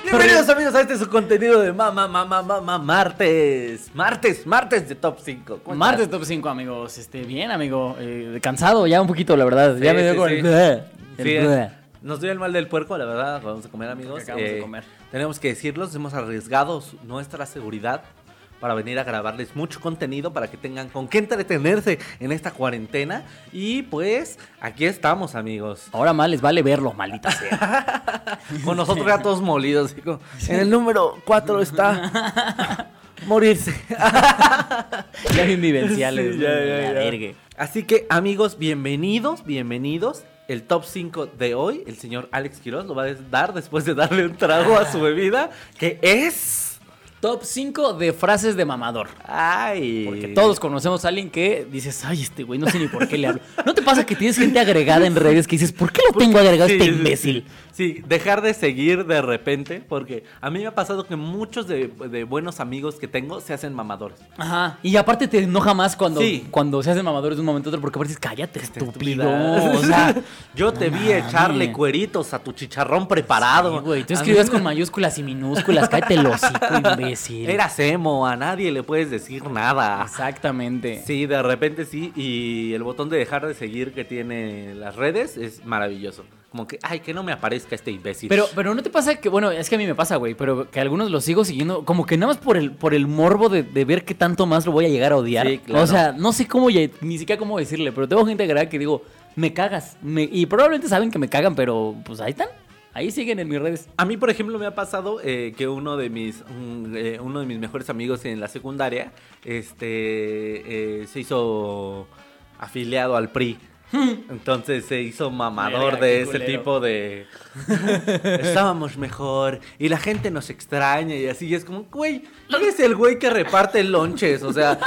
Bienvenidos amigos a su contenido de martes de Top 5. Martes de Top 5, amigos. Bien, amigo. Cansado ya un poquito, la verdad. Ya me dio con el... Nos dio el mal del puerco, la verdad. Vamos a comer, amigos. Acabamos de comer. Tenemos que decirlos, hemos arriesgado nuestra seguridad para venir a grabarles mucho contenido para que tengan con qué entretenerse en esta cuarentena. Y pues, aquí estamos, amigos. Ahora más les vale verlo, maldita sea. Con nosotros ya todos molidos. Digo, en el número 4 está morirse. Ya bien vivenciales. Sí, ya. Así que, amigos, bienvenidos. El top 5 de hoy, el señor Alex Quiroz lo va a dar después de darle un trago a su bebida, que es... Top 5 de frases de mamador. Ay. Porque todos conocemos a alguien que dices, ay, este güey, no sé ni por qué le hablo. ¿No te pasa que tienes gente agregada en redes que dices, ¿por qué lo tengo agregado este imbécil? Sí, dejar de seguir de repente, porque a mí me ha pasado que muchos de buenos amigos que tengo se hacen mamadores. Ajá. Y aparte te enoja más cuando se hacen mamadores de un momento a otro, porque aparte dices, cállate, estúpido. O sea, yo te vi echarle cueritos a tu chicharrón preparado. Sí, güey, tú escribías con mayúsculas y minúsculas, cállate el hocico, imbécil. Eras emo, a nadie le puedes decir nada. Exactamente. Sí, de repente sí, y el botón de dejar de seguir que tiene las redes es maravilloso. Como que, ay, que no me aparezca este imbécil. Pero no te pasa que, bueno, es que a mí me pasa, güey, pero que algunos los sigo siguiendo, como que nada más por el morbo de ver qué tanto más lo voy a llegar a odiar. Sí, claro. O sea, no sé cómo, ni siquiera cómo decirle, pero tengo gente agregada que digo, me cagas. Y probablemente saben que me cagan, pero pues ahí están. Ahí siguen en mis redes. A mí, por ejemplo, me ha pasado que uno de mis mejores amigos en la secundaria se hizo afiliado al PRI. Entonces se hizo mamador de ese tipo de... Estábamos mejor y la gente nos extraña y así. Y es como, güey, eres el güey que reparte lonches, o sea...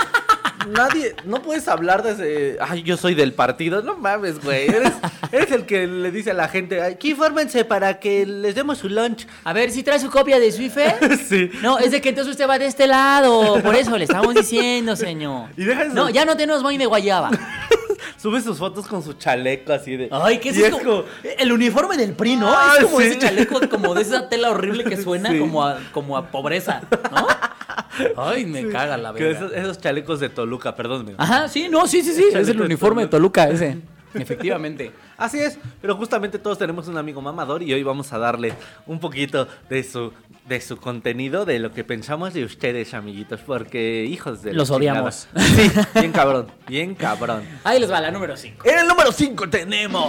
no puedes hablar de ay, yo soy del partido, no mames, güey. Eres el que le dice a la gente, aquí fórmense para que les demos su lunch. A ver, si trae su copia de su IFE. Sí. No, es de que entonces usted va de este lado. Por eso le estamos diciendo, señor. No, ya no tenemos boing de guayaba. Sube sus fotos con su chaleco así de... Ay, ¿qué es eso? Como... El uniforme del PRI, ¿no? Ah, es como sí. ese chaleco, como de esa tela horrible que suena sí. como a pobreza, ¿no? Ay, me caga la verdad. Esos chalecos de Toluca, perdón. Ajá, sí, no, sí. Es el uniforme de Toluca ese. Efectivamente. Así es, pero justamente todos tenemos un amigo mamador y hoy vamos a darle un poquito de su contenido, de lo que pensamos de ustedes, amiguitos, porque hijos de... Los odiamos. Sí, bien cabrón. Ahí les va la número 5. En el número 5 tenemos...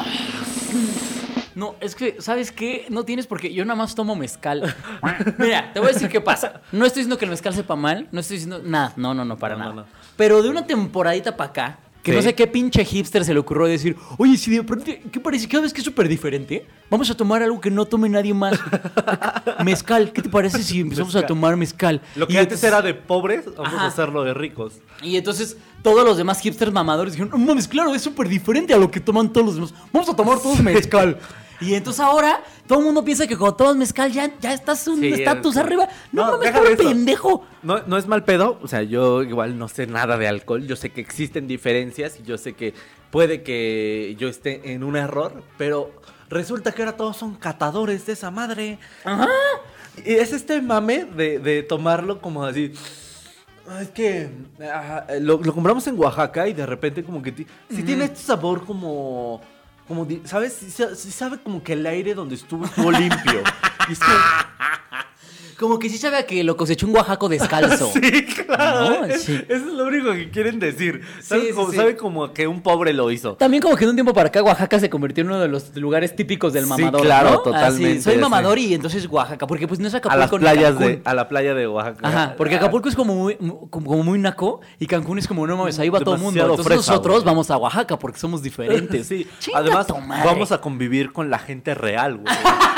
No, es que, ¿sabes qué? No tienes porque yo nada más tomo mezcal. Mira, te voy a decir qué pasa. No estoy diciendo que el mezcal sepa mal, no estoy diciendo nada, no, para nada. No. Pero de una temporadita para acá, que no sé qué pinche hipster se le ocurrió decir, oye, si de pronto, ¿qué parece? ¿Cada vez que es súper diferente? Vamos a tomar algo que no tome nadie más. Mezcal, ¿qué te parece si empezamos a tomar mezcal? Lo que antes era de pobres, vamos a hacerlo de ricos. Y entonces todos los demás hipsters mamadores dijeron, no mames, claro, es súper diferente a lo que toman todos los demás. Vamos a tomar todos mezcal. Y entonces ahora todo el mundo piensa que cuando tomas mezcal ya estás un estatus arriba. No mames, cabrón, pendejo. No es mal pedo. O sea, yo igual no sé nada de alcohol. Yo sé que existen diferencias y yo sé que puede que yo esté en un error, pero resulta que ahora todos son catadores de esa madre. Ajá. Y es este mame de tomarlo como así. Es que lo compramos en Oaxaca y de repente como que sí tiene este sabor como ¿sabes? Sí sabe como que el aire donde estuvo limpio. Y es que... Como que sí sabe a que lo cosechó un oaxaco descalzo. Sí, claro. ¿No? Sí. Eso es lo único que quieren decir. Sabe como que un pobre lo hizo. También como que de un tiempo para acá Oaxaca se convirtió en uno de los lugares típicos del mamador, claro, ¿no? totalmente. Así, soy mamador y entonces Oaxaca, porque pues no es Acapulco a la playa de Oaxaca. Ajá, porque Acapulco es como muy naco y Cancún es como, no mames, ahí va todo el mundo. Entonces fresa, nosotros vamos a Oaxaca porque somos diferentes. Sí. Además, vamos a convivir con la gente real, güey.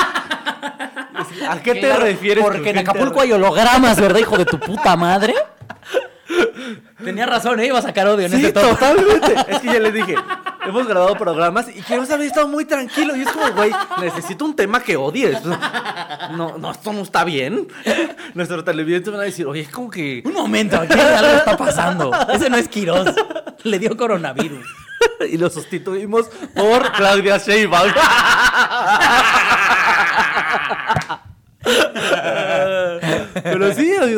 ¿A qué te refieres? Porque en Acapulco hay hologramas, ¿verdad, hijo de tu puta madre? Tenía razón, ¿eh? Iba a sacar odio en este top. Totalmente. Es que ya les dije, hemos grabado programas y quiero haber estado muy tranquilo. Y es como, güey, necesito un tema que odies. No, esto no está bien. Nuestros televidentes van a decir, oye, es como que... Un momento, aquí algo está pasando. Ese no es Quiroz. Le dio coronavirus. Y lo sustituimos por Claudia Sheinbaum.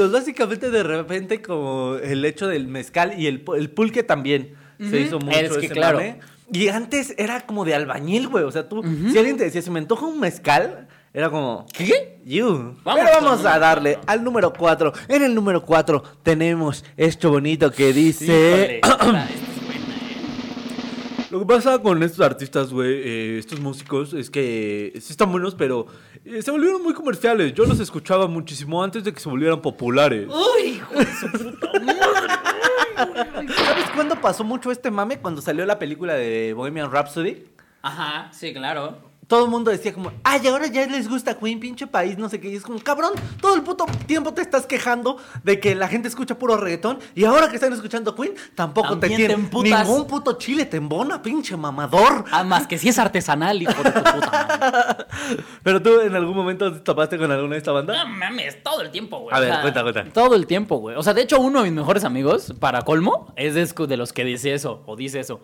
amigos. Básicamente, de repente, como el hecho del mezcal y el pulque también se hizo mucho Es que ese claro. mame. Y antes era como de albañil, güey. O sea, tú, si alguien te decía, si me antoja un mezcal, era como... ¿Qué? You. Vamos Pero con vamos a darle al número 4. En el número 4 tenemos esto bonito que dice... Híjole, esta es buena, Lo que pasa con estos artistas, güey, estos músicos, es que sí están buenos, pero se volvieron muy comerciales. Yo los escuchaba muchísimo antes de que se volvieran populares. Uy, hijo de su puta madre. ¿Sabes cuándo pasó mucho este mame? Cuando salió la película de Bohemian Rhapsody. Ajá, sí, claro. Todo el mundo decía como, ay, ahora ya les gusta Queen, pinche país, no sé qué. Y es como, cabrón, todo el puto tiempo te estás quejando de que la gente escucha puro reggaetón. Y ahora que están escuchando Queen, tampoco También te te tienen emputas. ningún puto chile te embona, pinche mamador. Ah, más que si es artesanal, hijo de tu puta madre. Pero tú en algún momento te topaste con alguna de esta banda. No mames, todo el tiempo, güey. A ver, cuenta. Todo el tiempo, güey. O sea, de hecho, uno de mis mejores amigos, para colmo, es de los que dice eso, o dice eso.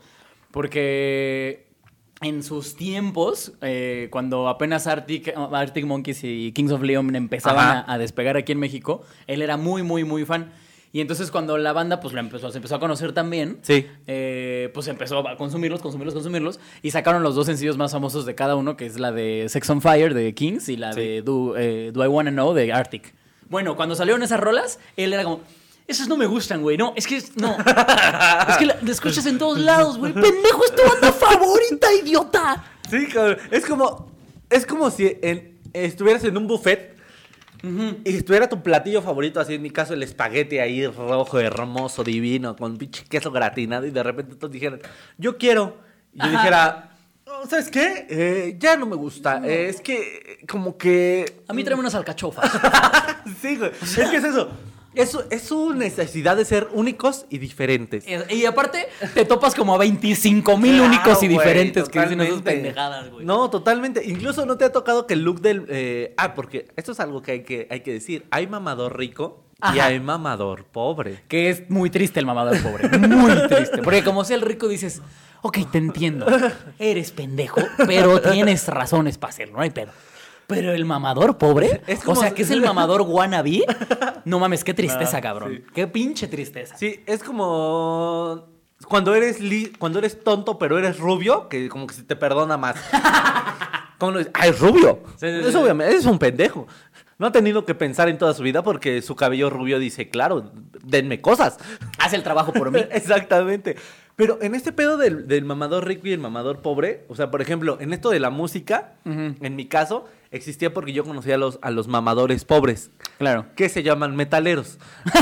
Porque en sus tiempos, cuando apenas Arctic Monkeys y Kings of Leon empezaban a despegar aquí en México, él era muy, muy, muy fan. Y entonces cuando la banda pues se empezó a conocer también, Sí. pues empezó a consumirlos y sacaron los dos sencillos más famosos de cada uno, que es la de Sex on Fire de Kings y la de Do I Wanna Know de Arctic. Bueno, cuando salieron esas rolas, él era como... Esas no me gustan, güey. No, es que no. Es que la escuchas en todos lados, güey. ¡Pendejo, es tu banda favorita, idiota! Sí, cabrón. Es como si estuvieras en un buffet y estuviera tu platillo favorito, así en mi caso el espagueti ahí rojo, hermoso, divino, con pinche queso gratinado, y de repente todos dijeran, yo quiero. Y yo dijera, oh, ¿sabes qué? Ya no me gusta. Es que como que... A mí tráeme unas alcachofas. Sí, güey. Es que es eso. Es su necesidad de ser únicos y diferentes. Y aparte, te topas como a 25,000 Claro, únicos y güey, diferentes que dicen esas totalmente. pendejadas, güey. No, totalmente. Incluso no te ha tocado que el look del... porque esto es algo que hay que decir. Hay mamador rico y Ajá. hay mamador pobre. Que es muy triste el mamador pobre. Muy triste. Porque como sea el rico dices, ok, te entiendo. Eres pendejo, pero tienes razones para hacerlo, no hay pedo. Pero el mamador pobre, Es como- o sea, que es el mamador wannabe. No mames, qué tristeza, Ah, cabrón. sí. Qué pinche tristeza. Sí, es como... Cuando eres tonto pero eres rubio, que como que se te perdona más. Como es rubio. Sí, sí, Es sí. obviamente, es un pendejo. No ha tenido que pensar en toda su vida porque su cabello rubio dice, claro, denme cosas. Haz el trabajo por mí. Exactamente. Pero en este pedo del mamador rico y el mamador pobre, o sea, por ejemplo, en esto de la música, en mi caso, existía porque yo conocía a los mamadores pobres, Claro. que se llaman metaleros.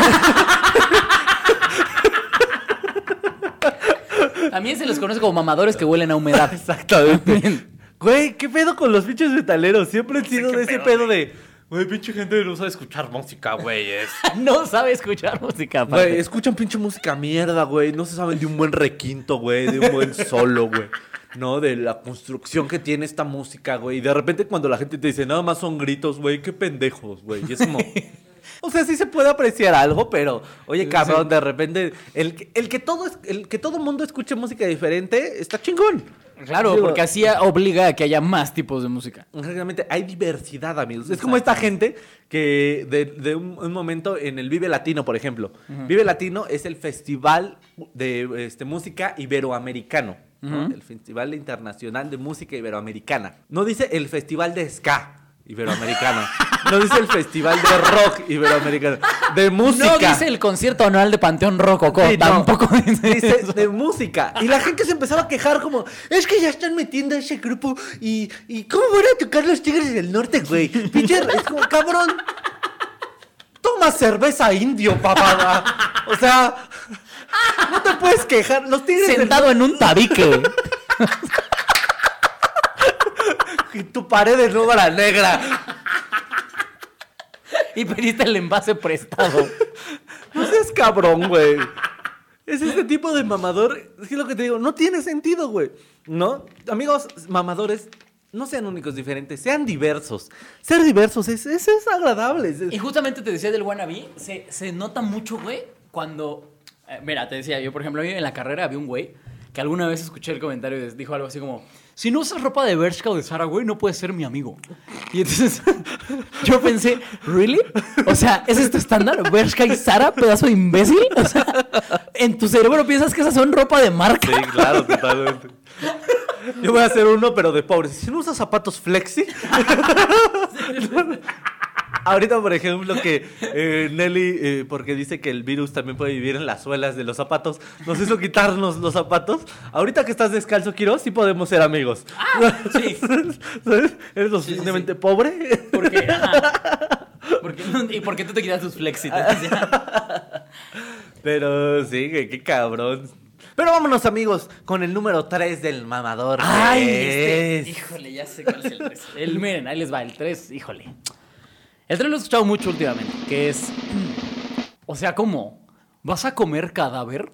También se les conoce como mamadores que huelen a humedad. Exactamente. Güey, ¿qué pedo con los pinches metaleros? Siempre he sido qué de ese pedo, pedo de... Güey, pinche gente no sabe escuchar música, güey. No sabe escuchar música, aparte. Güey, escuchan pinche música mierda, güey. No se saben de un buen requinto, güey. De un buen solo, güey. No, de la construcción que tiene esta música, güey. Y de repente cuando la gente te dice, nada más son gritos, güey. Qué pendejos, güey. Y es como... O sea, sí se puede apreciar algo, pero... Oye, cabrón, Sí. de repente... El que todo mundo escuche música diferente está chingón. Claro, Digo, porque así obliga a que haya más tipos de música. Realmente hay diversidad, amigos. Es como esta gente que de un momento en el Vive Latino, por ejemplo. Vive Latino es el festival de música iberoamericano. ¿no? El Festival Internacional de Música Iberoamericana. No dice el Festival de Ska Iberoamericano. No dice el Festival de Rock Iberoamericano. De música. No dice el concierto anual de Panteón Rococó, Sí, no. tampoco dice Dice eso. de música. Y la gente se empezaba a quejar como, es que ya están metiendo a ese grupo y ¿cómo van a tocar los Tigres del Norte, güey? Pinche, es como, cabrón, toma cerveza indio, papá. O sea, no te puedes quejar. Los Tigres Sentado en un tabique. y tu pared de nóbara negra. Y pediste el envase prestado. No seas cabrón, güey. Es este tipo de mamador. Es que lo que te digo, no tiene sentido, güey. ¿No? Amigos mamadores, no sean únicos diferentes, sean diversos. Ser diversos es agradable. Y justamente te decía del wannabe, se nota mucho, güey, cuando... mira, te decía, yo por ejemplo, en la carrera había un güey que alguna vez escuché el comentario y dijo algo así como, si no usas ropa de Bershka o de Zara, güey, no puedes ser mi amigo. Y entonces yo pensé, ¿really? O sea, ¿ese es tu estándar? ¿Bershka y Zara, pedazo de imbécil? O sea, en tu cerebro piensas que esas son ropa de marca. Sí, claro, totalmente. Yo voy a hacer uno, pero de pobres. Si no usas zapatos flexi... Ahorita, por ejemplo, que Nelly, porque dice que el virus también puede vivir en las suelas de los zapatos, nos hizo quitarnos los zapatos. Ahorita que estás descalzo, Quiro, sí podemos ser amigos. Sí. ¿Sabes? ¿Eres lo suficientemente pobre? Porque, ¿y por qué tú te quitas tus flexi? Pero sí, qué cabrón. Pero vámonos, amigos, con el número 3 del mamador. Ay, híjole, ya sé cuál es el 3. Miren, ahí les va, el 3, híjole. El 3 lo he escuchado mucho últimamente, que es... O sea, ¿cómo? ¿Vas a comer cadáver?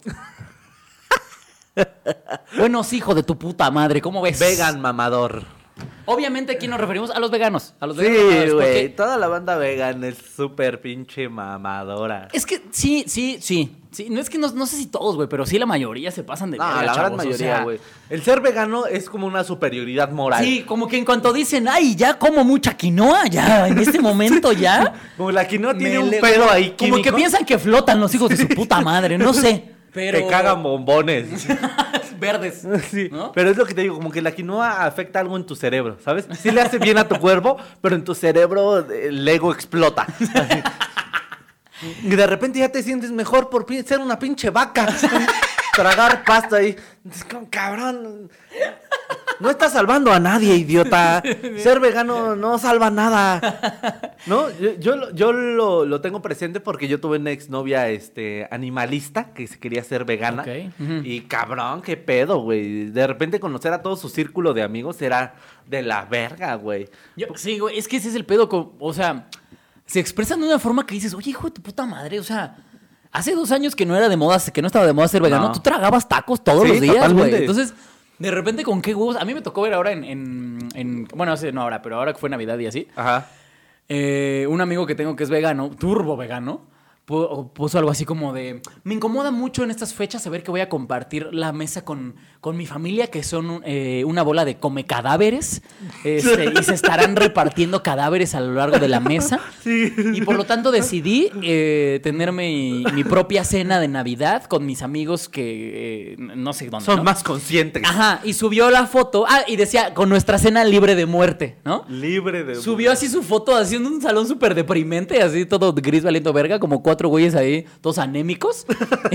Bueno, sí, hijo de tu puta madre, ¿cómo ves? Vegan mamador. Obviamente aquí nos referimos a los veganos. A los Sí, veganos, güey, porque... toda la banda vegan es súper pinche mamadora. Es que sí. No es que no sé si todos, güey, pero sí la mayoría se pasan de verga, la gran chavos, mayoría, güey. El ser vegano es como una superioridad moral. Sí, como que en cuanto dicen, ay, ya como mucha quinoa, ya, en este momento ya. Como la quinoa tiene un pedo ahí químico. Como que piensan que flotan los hijos de su puta madre, no sé. Pero... Te cagan bombones. Verdes. Sí, ¿no? pero es lo que te digo, como que la quinoa afecta algo en tu cerebro, ¿sabes? Sí le hace bien a tu cuerpo, pero en tu cerebro el ego explota. Así. Y de repente ya te sientes mejor por ser una pinche vaca. Tragar pasta ahí. Es como, cabrón. No estás salvando a nadie, idiota. Ser vegano no salva nada. ¿No? Yo lo tengo presente porque yo tuve una exnovia animalista que se quería ser vegana. Okay. Uh-huh. Y cabrón, qué pedo, güey. De repente conocer a todo su círculo de amigos era de la verga, güey. Sí, güey, es que ese es el pedo. O sea, se expresan de una forma que dices, oye, hijo de tu puta madre, o sea... Hace 2 años que no era de moda, que no estaba de moda ser vegano, tú tragabas tacos todos los días, güey. Entonces, de repente, ¿con qué huevos? A mí me tocó ver ahora bueno, no ahora, pero ahora que fue Navidad y así. Ajá. Un amigo que tengo que es vegano, turbo vegano, puso algo así como de... Me incomoda mucho en estas fechas saber que voy a compartir la mesa con mi familia, que son una bola de come cadáveres, y se estarán repartiendo cadáveres a lo largo de la mesa. Sí. Y por lo tanto decidí tener mi propia cena de Navidad con mis amigos que no sé dónde, Son ¿no? más conscientes. Ajá, y subió la foto, y decía, con nuestra cena libre de muerte, ¿no? Libre de... Subió así su foto haciendo un salón súper deprimente, así todo gris valiendo verga, como 4 güeyes ahí, todos anémicos.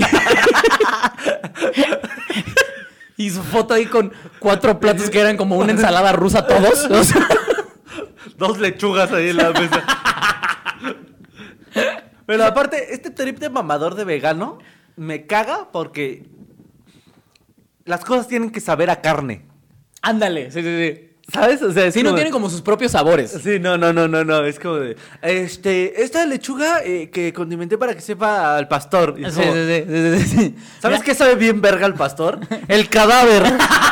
Y su foto ahí con 4 platos que eran como una ensalada rusa todos. O sea, 2 lechugas ahí en la mesa. Pero aparte, este trip de mamador de vegano me caga porque las cosas tienen que saber a carne. ándale, sí. ¿Sabes? O sea, es Sí, como... no tienen como sus propios sabores. Sí, no. Es como de... esta lechuga que condimenté para que sepa al pastor. Y Sí. ¿Sabes Mira. qué sabe bien verga al pastor? El cadáver.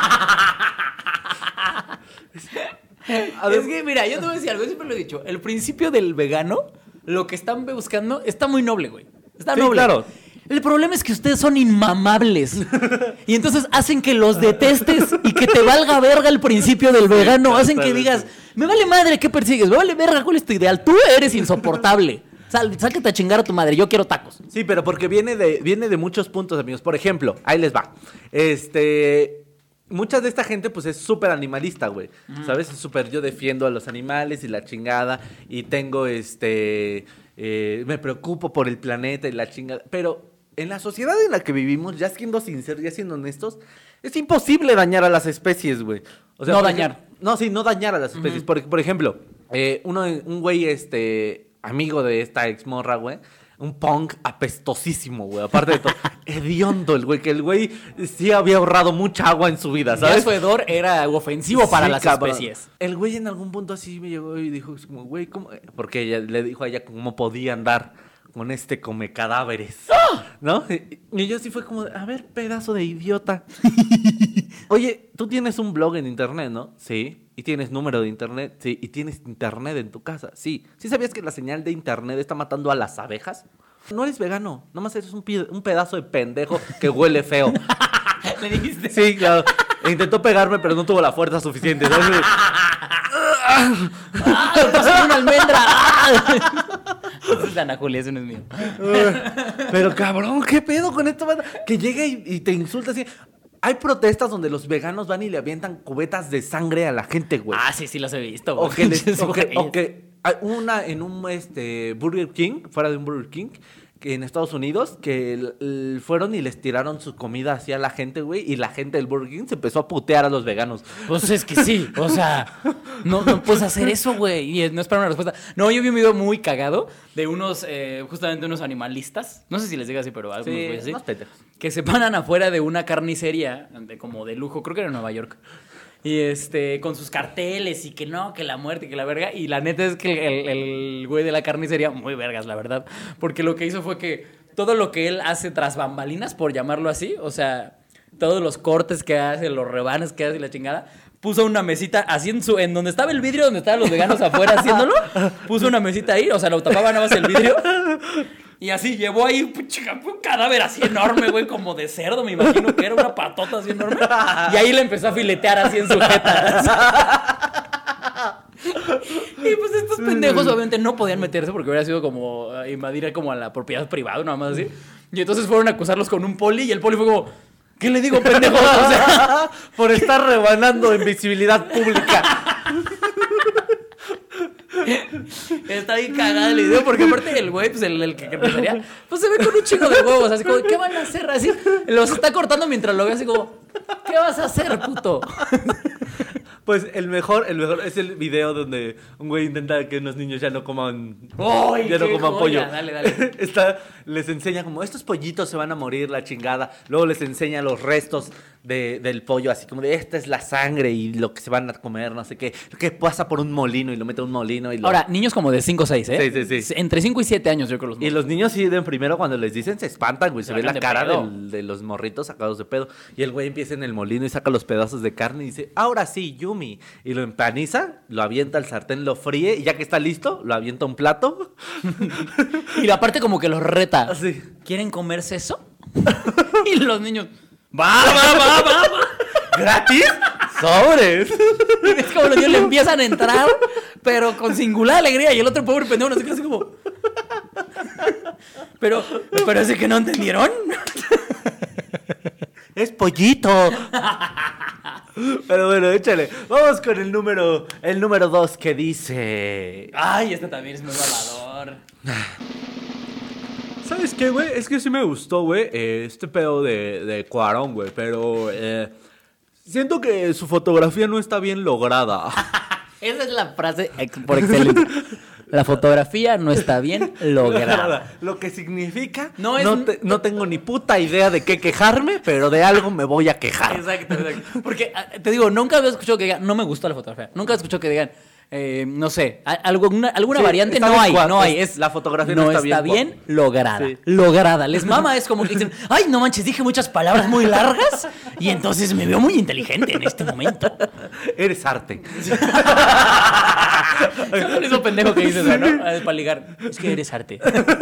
Es que, mira, yo te voy a decir algo, yo siempre lo he dicho. El principio del vegano, lo que están buscando, está muy noble, güey. Está Sí, noble. claro. El problema es que ustedes son inmamables. Y entonces hacen que los detestes y que te valga verga el principio del vegano. Hacen que digas, me vale madre qué persigues, me vale verga cuál es tu ideal. Tú eres insoportable. Sáquete a chingar a tu madre, yo quiero tacos. Sí, pero porque viene de muchos puntos, amigos. Por ejemplo, ahí les va. Mucha de esta gente, pues, es súper animalista, güey. ¿Sabes? Es súper, yo defiendo a los animales y la chingada. Y tengo, me preocupo por el planeta y la chingada. Pero en la sociedad en la que vivimos, ya siendo sinceros, ya siendo honestos, es imposible dañar a las especies, güey. O sea, No dañar. No dañar a las especies. Por ejemplo, un güey, amigo de esta ex morra, güey. Un punk apestosísimo, güey. Aparte de todo, hediondo el güey. Que el güey sí había ahorrado mucha agua en su vida, Ya ¿sabes? su hedor era ofensivo para las cabrón. especies. El güey en algún punto así me llegó y dijo, como, güey, ¿cómo? Porque ella le dijo a ella cómo podía andar con come cadáveres. ¿No? Y yo sí fue como, a ver, pedazo de idiota. Oye, tú tienes un blog en internet, ¿no? Sí. ¿Y tienes número de internet? Sí. ¿Y tienes internet en tu casa? Sí. ¿Sí sabías que la señal de internet está matando a las abejas? No eres vegano, nomás eres un pedazo de pendejo que huele feo. ¿Le dijiste? Sí, claro. Intentó pegarme, pero no tuvo la fuerza suficiente. ¡Lo pasó una almendra! Ese es Ana Julia, ese no es mío. Pero cabrón, ¿qué pedo con esto? Que llega y te insulta así. Hay protestas donde los veganos van y le avientan cubetas de sangre a la gente, güey. Ah, sí, las he visto, O güey. que hay una en un Burger King, fuera de un Burger King, que en Estados Unidos, que fueron y les tiraron su comida así a la gente, güey, y la gente del Burger King se empezó a putear a los veganos. Pues es que sí, o sea, no puedes hacer eso, güey, y no esperar una respuesta. No, yo vi un video muy cagado de justamente unos animalistas, no sé si les diga así, pero algunos güeyes así, que se paran afuera de una carnicería, como de lujo, creo que era en Nueva York. Y con sus carteles y que no, que la muerte, que la verga. Y la neta es que el güey de la carnicería, muy vergas, la verdad. Porque lo que hizo fue que todo lo que él hace tras bambalinas, por llamarlo así, o sea, todos los cortes que hace, los rebanes que hace y la chingada, puso una mesita así en donde estaba el vidrio, donde estaban los veganos afuera haciéndolo, puso una mesita ahí, o sea, lo tapaba nada más el vidrio. Y así llevó ahí un cadáver así enorme, güey, como de cerdo, me imagino que era una patota así enorme. Y ahí le empezó a filetear así en su jeta. Y pues estos pendejos obviamente no podían meterse porque hubiera sido como invadir como a la propiedad privada, nada más así. Y entonces fueron a acusarlos con un poli y el poli fue como, ¿qué le digo, pendejos? O sea, por estar rebanando en visibilidad pública. Está bien cagada el video, porque aparte el güey, pues el que empezaría, pues se ve con un chico de huevos, así como, ¿qué van a hacer? Así, los está cortando mientras lo ve, así como, ¿qué vas a hacer, puto? Pues el mejor es el video donde un güey intenta que unos niños ya no coman, ¡ay, ya no coman pollo. Dale. Les enseña como, estos pollitos se van a morir, la chingada. Luego les enseña los restos del pollo, así como de, esta es la sangre y lo que se van a comer, no sé qué. Que pasa por un molino y lo mete a un molino. Ahora, niños como de 5 o 6, ¿eh? Sí. Entre 5 y 7 años, yo creo. Y los niños sí, primero cuando les dicen, se espantan, güey. Se ve la cara de los morritos sacados de pedo. Y el güey empieza en el molino y saca los pedazos de carne y dice, ahora sí, Yumi. Y lo empaniza, lo avienta al sartén, lo fríe y ya que está listo, lo avienta a un plato. Y aparte como que los reta. Sí. ¿Quieren comerse eso? Y los niños, va. ¿Gratis? ¡Sobres! Y ves como los niños le empiezan a entrar, pero con singular alegría. Y el otro pobre pendejo no sé qué, así como... Pero ese que no entendieron. ¡Es pollito! Pero bueno, échale. Vamos con el número 2 que dice... Ay, este también es muy mamador. ¿Sabes qué, güey? Es que sí me gustó, güey, este pedo de Cuarón, güey. Pero siento que su fotografía no está bien lograda. Esa es la frase por excelencia. La fotografía no está bien lograda. Lo que significa, no tengo ni puta idea de qué quejarme, pero de algo me voy a quejar. Exacto. Porque, te digo, nunca había escuchado que digan, no me gustó la fotografía. Nunca he escuchado que digan, no sé, alguna sí, variante no hay. La fotografía no está bien lograda. Sí. Lograda. Les mama es como que dicen, ay, no manches, dije muchas palabras muy largas y entonces me veo muy inteligente en este momento. Eres arte. Es el mismo pendejo que dices eso, ¿no? Para ligar. Es que eres arte.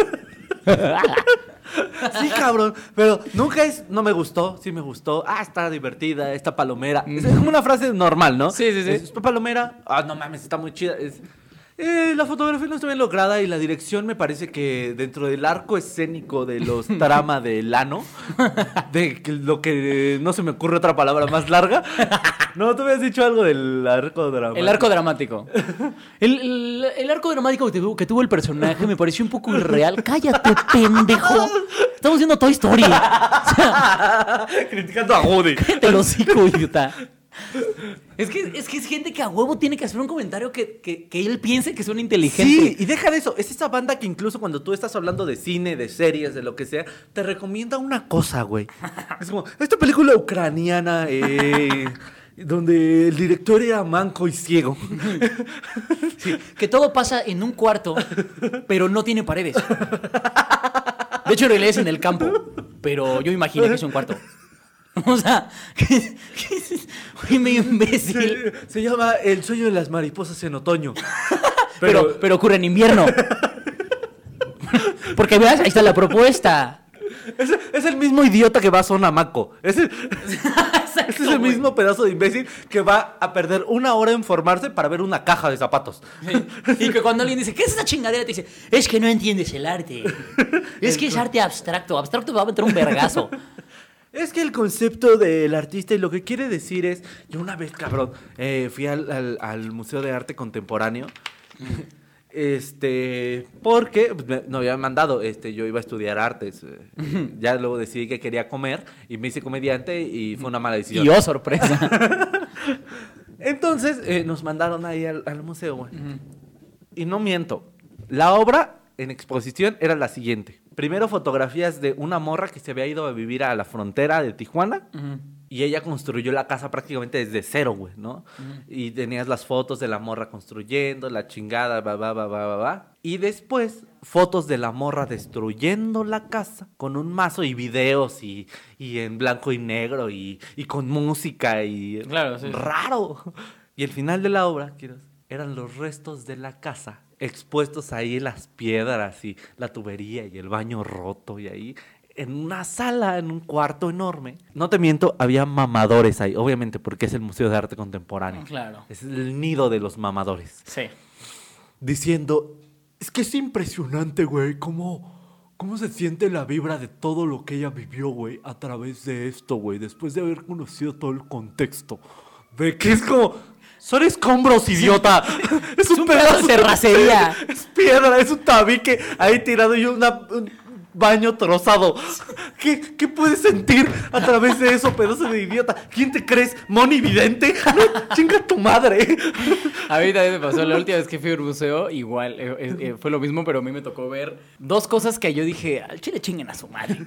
Sí, cabrón. Pero nunca no me gustó, sí me gustó. Está divertida, esta palomera. Es como una frase normal, ¿no? Sí. Esta palomera, no mames, está muy chida. La fotografía no está bien lograda y la dirección me parece que dentro del arco escénico de los trama del ano, de lo que no se me ocurre otra palabra más larga. No, tú me has dicho algo del arco dramático. El arco dramático. El arco dramático que tuvo el personaje me pareció un poco irreal. ¡Cállate, pendejo! Estamos viendo Toy Story. O sea, criticando a Woody. Te lo hocico, idiota. Es que es gente que a huevo tiene que hacer un comentario que él piense que son inteligentes. Sí, y deja de eso. Es esa banda que incluso cuando tú estás hablando de cine, de series, de lo que sea, te recomienda una cosa, güey. Es como, esta película ucraniana, donde el director era manco y ciego. Sí, que todo pasa en un cuarto, pero no tiene paredes. De hecho, en realidad es en el campo, pero yo imaginé que es un cuarto. O sea, fui medio imbécil. Se llama El sueño de las mariposas en otoño. Pero ocurre en invierno. Porque veas, ahí está la propuesta. Es el mismo idiota que va a Sonamaco. Es el mismo pedazo de imbécil que va a perder 1 hora en formarse para ver una caja de zapatos. Sí. Y que cuando alguien dice, ¿qué es esa chingadera? Te dice, es que no entiendes el arte. Es que es arte abstracto. Abstracto va a meter un vergazo. Es que el concepto del artista y lo que quiere decir es... Yo una vez, cabrón, fui al Museo de Arte Contemporáneo. Porque no había mandado, yo iba a estudiar artes. Ya luego decidí que quería comer y me hice comediante y fue una mala decisión. Y sorpresa. Entonces nos mandaron ahí al museo, güey. Y no miento, la obra en exposición era la siguiente. Primero fotografías de una morra que se había ido a vivir a la frontera de Tijuana. Y ella construyó la casa prácticamente desde cero, güey, ¿no? Y tenías las fotos de la morra construyendo, la chingada, Y después, fotos de la morra destruyendo la casa con un mazo y videos y en blanco y negro y con música y... Claro, sí. ¡Raro! Y el final de la obra, eran los restos de la casa expuestos ahí, las piedras y la tubería y el baño roto y ahí... En una sala, en un cuarto enorme. No te miento, había mamadores ahí. Obviamente, porque es el Museo de Arte Contemporáneo. Claro. Es el nido de los mamadores. Sí. Diciendo, es que es impresionante, güey, cómo se siente la vibra de todo lo que ella vivió, güey, a través de esto, güey. Después de haber conocido todo el contexto. De que es como... Son escombros, idiota. Es un pedazo de terracería. Es piedra, es un tabique ahí tirado y un baño trozado. ¿Qué puedes sentir a través de eso, pedazo de idiota? ¿Quién te crees? ¿Moni Vidente? No, chinga tu madre. A mí también me pasó la última vez que fui al museo, igual, fue lo mismo, pero a mí me tocó ver 2 cosas que yo dije, al chile chinguen a su madre.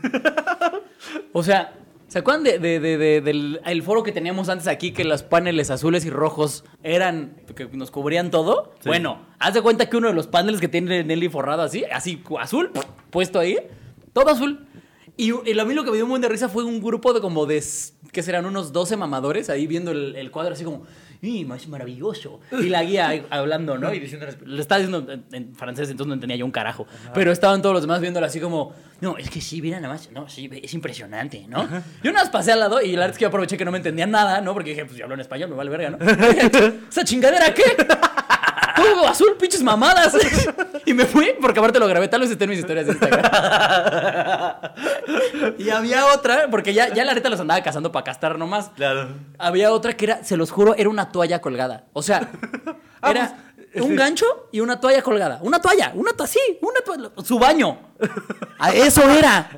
O sea, ¿se acuerdan del el foro que teníamos antes aquí, que los paneles azules y rojos eran, que nos cubrían todo? Sí. Bueno, haz de cuenta que uno de los paneles que tiene Nelly forrado así azul, puesto ahí, todo azul. Y a mí lo que me dio un buen de risa fue un grupo ¿qué serán? Unos 12 mamadores ahí viendo el cuadro así como, más maravilloso. Y la guía hablando, ¿no? Y diciendo, lo estaba diciendo en francés, entonces no entendía yo un carajo. Ajá. Pero estaban todos los demás viéndolo así como, no, es que sí, mira nada más, no, sí, es impresionante, ¿no? Ajá. Yo nada más pasé al lado y la verdad es que yo aproveché que no me entendía nada, ¿no? Porque dije, pues yo hablo en español, me vale verga, ¿no? ¿Esa chingadera qué? Todo azul, pinches mamadas. Y me fui, porque aparte lo grabé, tal vez esté en mis historias de Instagram. Y había otra, porque ya la neta los andaba cazando para castar nomás. Claro. Había otra que era, se los juro, era una toalla colgada. O sea, era un gancho y una toalla colgada. Una toalla, sí, una toalla. Su baño. Eso era.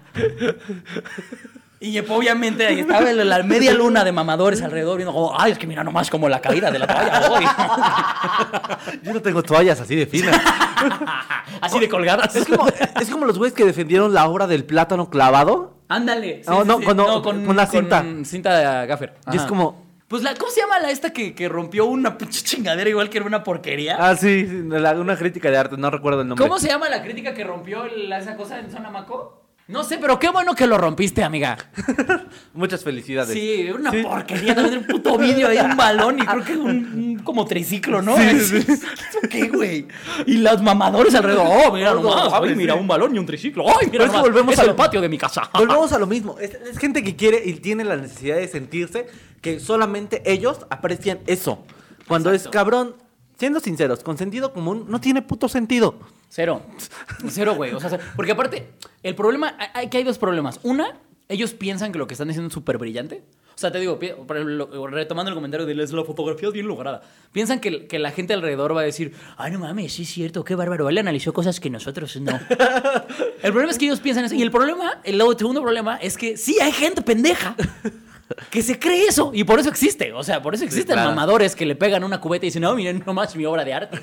Y obviamente ahí estaba la media luna de mamadores alrededor viendo como, ay, es que mira nomás como la caída de la toalla hoy. Yo no tengo toallas así de finas. Así de colgadas. Es como los güeyes que defendieron la obra del plátano clavado. Ándale. Sí, con la cinta. Con cinta de gaffer. Y es como... Pues ¿cómo se llama esta que rompió una pinche chingadera igual que era una porquería? Ah, sí, una crítica de arte, no recuerdo el nombre. ¿Cómo se llama la crítica que rompió esa cosa en Sonamaco? No sé, pero qué bueno que lo rompiste, amiga. Muchas felicidades. Sí, una porquería. También un puto vídeo ahí, un balón y creo que un como triciclo, ¿no? Sí. ¿Qué, güey? Y los mamadores alrededor. Oh, mira nomás. Ay, mira, un balón y un triciclo. Ay, mira nomás. Volvemos al patio de mi casa. Volvemos a lo mismo. Es gente que quiere y tiene la necesidad de sentirse que solamente ellos aprecian eso. Cuando Exacto. Es cabrón, siendo sinceros, con sentido común, no tiene puto sentido. Cero, güey. O sea, porque aparte, el problema, hay 2 problemas. Una, ellos piensan que lo que están diciendo es súper brillante. O sea, te digo, retomando el comentario de la fotografía es bien lograda. Piensan que la gente alrededor va a decir, ay, no mames, sí es cierto, qué bárbaro. Él analizó cosas que nosotros no. El problema es que ellos piensan eso. Y el segundo problema es que sí hay gente pendeja que se cree eso. Y por eso existe. O sea, por eso existen mamadores que le pegan una cubeta y dicen, no, miren nomás mi obra de arte.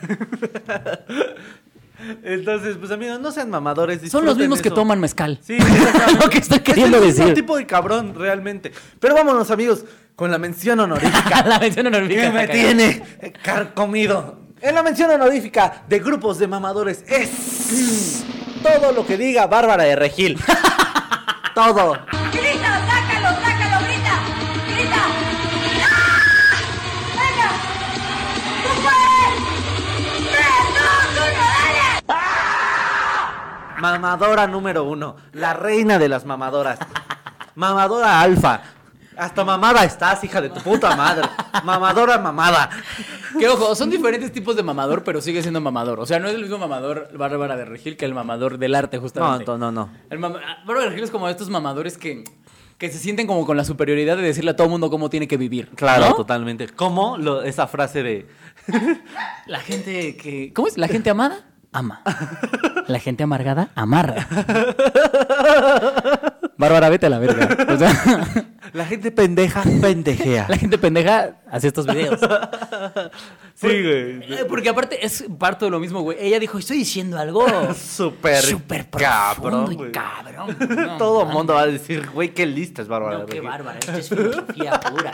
Entonces, pues amigos, no sean mamadores. Son los mismos que toman mezcal. Sí, lo que estoy queriendo decir. Es un tipo de cabrón, realmente. Pero vámonos, amigos, con la mención honorífica. La mención honorífica. Que me tiene carcomido. En la mención honorífica de grupos de mamadores es todo lo que diga Bárbara de Regil. Todo. ¡Grita! ¡Sácalo! ¡Grita! ¡Grita! ¡Ah! ¡Venga! ¡Tú puedes! ¡3, 2, 1, dale! Mamadora número 1. La reina de las mamadoras. Mamadora alfa. Hasta mamada estás, hija de tu puta madre. Mamadora mamada. Que ojo, son diferentes tipos de mamador, pero sigue siendo mamador. O sea, no es el mismo mamador Bárbara de Regil que el mamador del arte, justamente. No. Bárbara de Regil es como de estos mamadores que se sienten como con la superioridad de decirle a todo mundo cómo tiene que vivir. Claro, ¿no? totalmente. ¿Cómo esa frase de... La gente que... ¿Cómo es? La gente amada, ama. La gente amargada, amarra. Bárbara, vete a la verga. O sea... La gente pendeja, pendejea. La gente pendeja hace estos videos. Sí, güey. Porque aparte es parte de lo mismo, güey. Ella dijo, estoy diciendo algo Súper profundo y güey. cabrón. No, Todo el mames. mundo va a decir, güey, qué lista es Bárbara. No, qué Regil. bárbara. Esto es filosofía pura.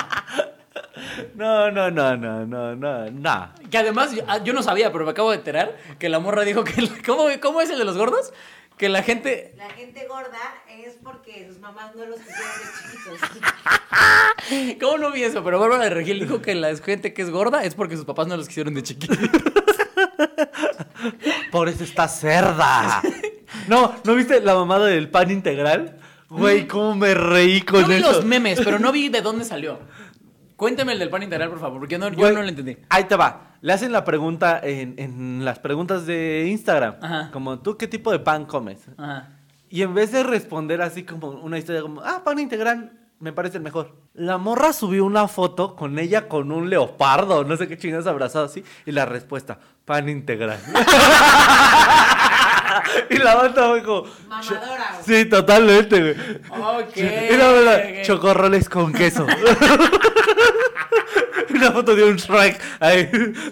No. Que además, yo no sabía, pero me acabo de enterar que la morra dijo que... ¿Cómo es el de los gordos? Que la gente... La gente gorda es porque sus mamás no los quisieron de chiquitos. ¿Cómo no vi eso? Pero Bárbara de Regil dijo que la gente que es gorda es porque sus papás no los quisieron de chiquitos. Por eso está cerda. ¿No viste la mamada del pan integral? Güey, cómo me reí con Yo vi eso. los memes, pero no vi de dónde salió. Cuéntame el del pan integral, por favor, porque yo Güey, no lo entendí. Ahí te va. Le hacen la pregunta en las preguntas de Instagram. Ajá. Como, ¿tú qué tipo de pan comes? Ajá. Y en vez de responder así como una historia como, pan integral, me parece el mejor. La morra subió una foto con ella con un leopardo, no sé qué chingados abrazado así. Y la respuesta, pan integral. Y la banda fue como... Mamadora, güey. Sí, totalmente, güey. Ok. Y la verdad, chocorroles con queso. Una foto de un Shrek ahí.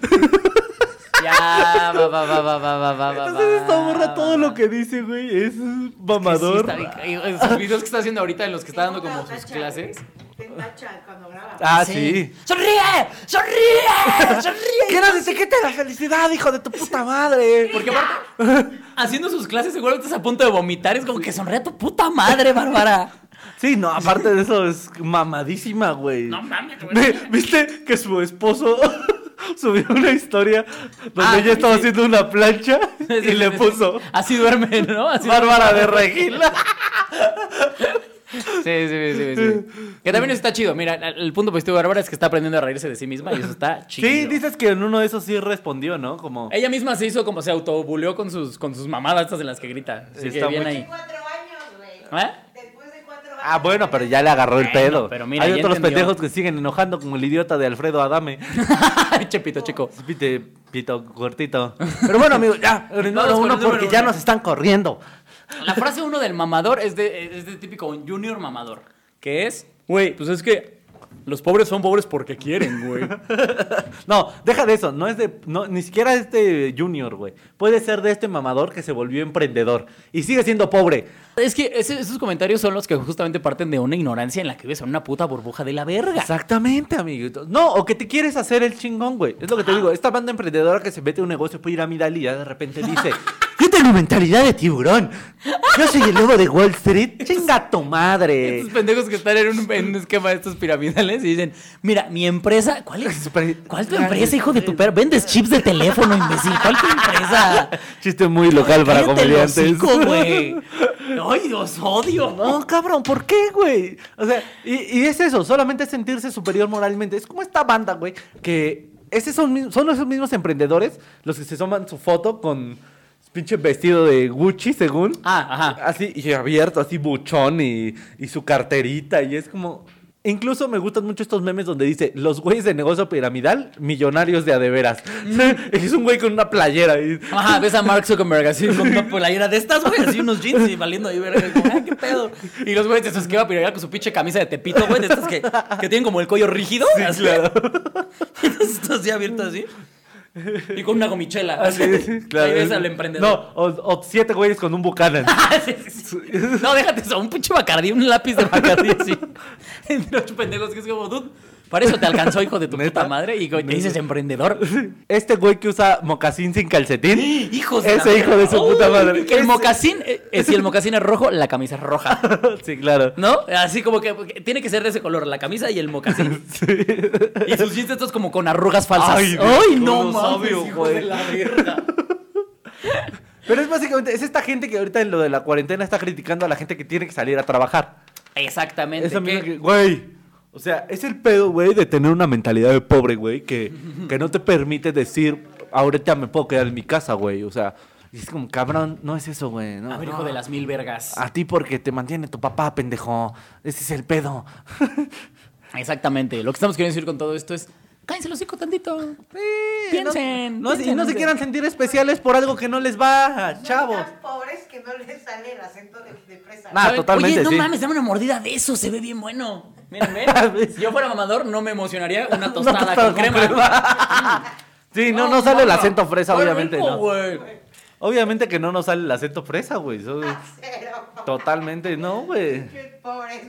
Ya, va. Entonces esta morra todo lo que dice, güey, es mamador. Esos videos que está haciendo ahorita en los que está dando como sus Tacha, clases. Te tacha cuando graba. Ah, sí. ¡Sonríe! ¡Sonríe! Que no se te quite la felicidad, hijo de tu puta madre. Porque aparte, haciendo sus clases seguramente estás a punto de vomitar. Es como que sonríe a tu puta madre, Bárbara. Sí, no, aparte de eso es mamadísima, güey. No mames, güey. ¿Viste que su esposo subió una historia donde ella sí, estaba sí. haciendo una plancha y Sí, le sí, puso así duerme, ¿no? Así Bárbara de Regil? Sí. Que también está chido. Mira, el punto positivo de Bárbara es que está aprendiendo a reírse de sí misma y eso está chido. Sí, dices que en uno de esos sí respondió, ¿no? Como... Ella misma se hizo como se autobuleó con sus mamadas estas en las que grita. Así que Está bien muy ahí. 4 años, güey. ¿Eh? Después de 4 años. Ah, bueno, pero ya le agarró el Bueno, pedo. pero mira, hay ya otros entendió. pendejos que siguen enojando como el idiota de Alfredo Adame. Chepito, chico. Pito cortito. Pero bueno, amigo, ya, Vamos número con uno el número porque ya uno. nos están corriendo. La frase uno del mamador es de típico un junior mamador. Que es, güey, pues es que los pobres son pobres porque quieren, güey. No, deja de eso, ni siquiera es de Junior, güey. Puede ser de este mamador que se volvió emprendedor y sigue siendo pobre. Es que esos comentarios son los que justamente parten de una ignorancia en la que vives en una puta burbuja de la verga. Exactamente, amiguito. No, o que te quieres hacer el chingón, güey. Es lo que te digo, esta banda emprendedora que se mete a un negocio piramidal y ya de repente dice, yo tengo mentalidad de tiburón. Yo soy el lobo de Wall Street. Chinga tu madre. Estos pendejos que están en un esquema de estos piramidales y dicen, mira, mi empresa, ¿cuál es tu empresa, hijo de tu perro? Vendes chips de teléfono, imbécil. ¿Cuál es tu empresa? Chiste muy local para Cállate el comediantes. hocico, güey. Ay, Dios, odio. No, cabrón, ¿por qué, güey? O sea, y es eso, solamente es sentirse superior moralmente. Es como esta banda, güey, que son esos mismos emprendedores los que se toman su foto con pinche vestido de Gucci, según. Ah, ajá. Así, y abierto, así buchón y su carterita. Y es como... Incluso me gustan mucho estos memes donde dice, los güeyes de negocio piramidal, millonarios de a de veras. Es un güey con una playera. Y... Ajá, ves a Mark Zuckerberg así con una playera de estas, güey, así unos jeans y valiendo ahí, verga. Como, ¿qué pedo? Y los güeyes de esos que va a piramidal con su pinche camisa de tepito, güey, de estas que tienen como el cuello rígido. Sí, así. claro. Entonces, así abierto así. Y con una gomichela. Así, Claro. ahí ves al emprendedor. No, o 7 güeyes con un Buchanan. Sí. No, déjate eso, un pinche Bacardí, un lápiz de Bacardí así. Entre 8 pendejos que es como, dude, para eso te alcanzó, hijo de tu ¿Neta? puta madre. Y te dices emprendedor. Este güey que usa mocasín sin calcetín. Hijos de la Ese hijo verga. de su puta madre. Que el mocasín, si el mocasín es rojo, la camisa es roja. Sí, claro. ¿No? Así como que tiene que ser de ese color, la camisa y el mocasín. Y sus jeans estos como con arrugas falsas. Ay, ¡Ay, Dios, no ¿cómo lo mames, sabe, hijo güey? de la verga! Pero es básicamente, es esta gente que ahorita en lo de la cuarentena está criticando a la gente que tiene que salir a trabajar. Exactamente. Esa misma que, güey, o sea, es el pedo, güey, de tener una mentalidad de pobre, güey, que no te permite decir, ahorita me puedo quedar en mi casa, güey, o sea, y es como, cabrón, no es eso, güey. No, A ver, hijo de las 1000 vergas. A ti porque te mantiene tu papá, pendejo. Ese es el pedo. Exactamente. Lo que estamos queriendo decir con todo esto es, cállense los hocico tantito. Piensen. No, piensen y no se antes. quieran sentir especiales por algo que no les va, Son chavos. tan pobres que no les sale el acento de fresa. Nah, ¿Saben? totalmente, Oye, no sí. mames, dame una mordida de eso, se ve bien bueno. Miren, ven. Si yo fuera mamador, no me emocionaría una tostada, con crema. Sí, no sale el acento fresa, Qué obviamente, rico, no. güey. Obviamente que no nos sale el acento fresa, güey. Eso es Cero. totalmente, no, güey. Qué pobres.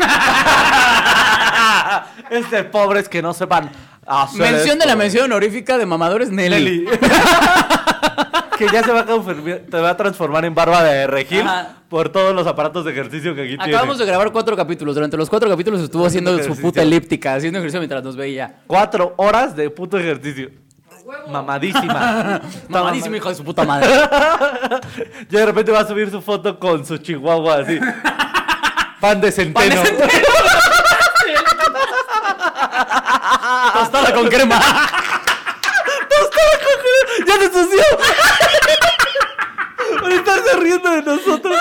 Es de pobres que no sepan hacer Mención de esto, la güey. mención honorífica de mamadores, Nelly. Nelly. Que ya se va te va a transformar en barba de regil Ajá. por todos los aparatos de ejercicio que aquí Acabamos de tiene. grabar 4 capítulos. Durante los 4 capítulos estuvo haciendo su ejercicio. puta elíptica, haciendo ejercicio mientras nos veía. 4 horas de puto ejercicio. Mamadísima. Mamadísimo, hijo de su puta madre. Ya de repente va a subir su foto con su chihuahua así. Pan de centeno. Tostada con crema. ¡Ya se ensució! Por estarse riendo de nosotros.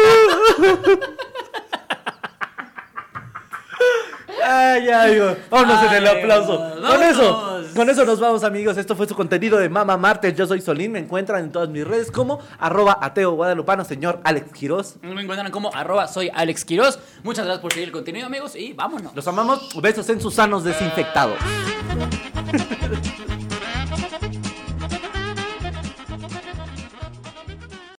Ay, ay, vámonos en el Ay, aplauso. vámonos. Con eso nos vamos, amigos. Esto fue su contenido de Mama Martes. Yo soy Solín. Me encuentran en todas mis redes como @ateo guadalupano, señor Alex Quiroz. Me encuentran como soy Alex Quiroz. Muchas gracias por seguir el contenido, amigos, y vámonos. Los amamos. Besos en sus sanos desinfectados.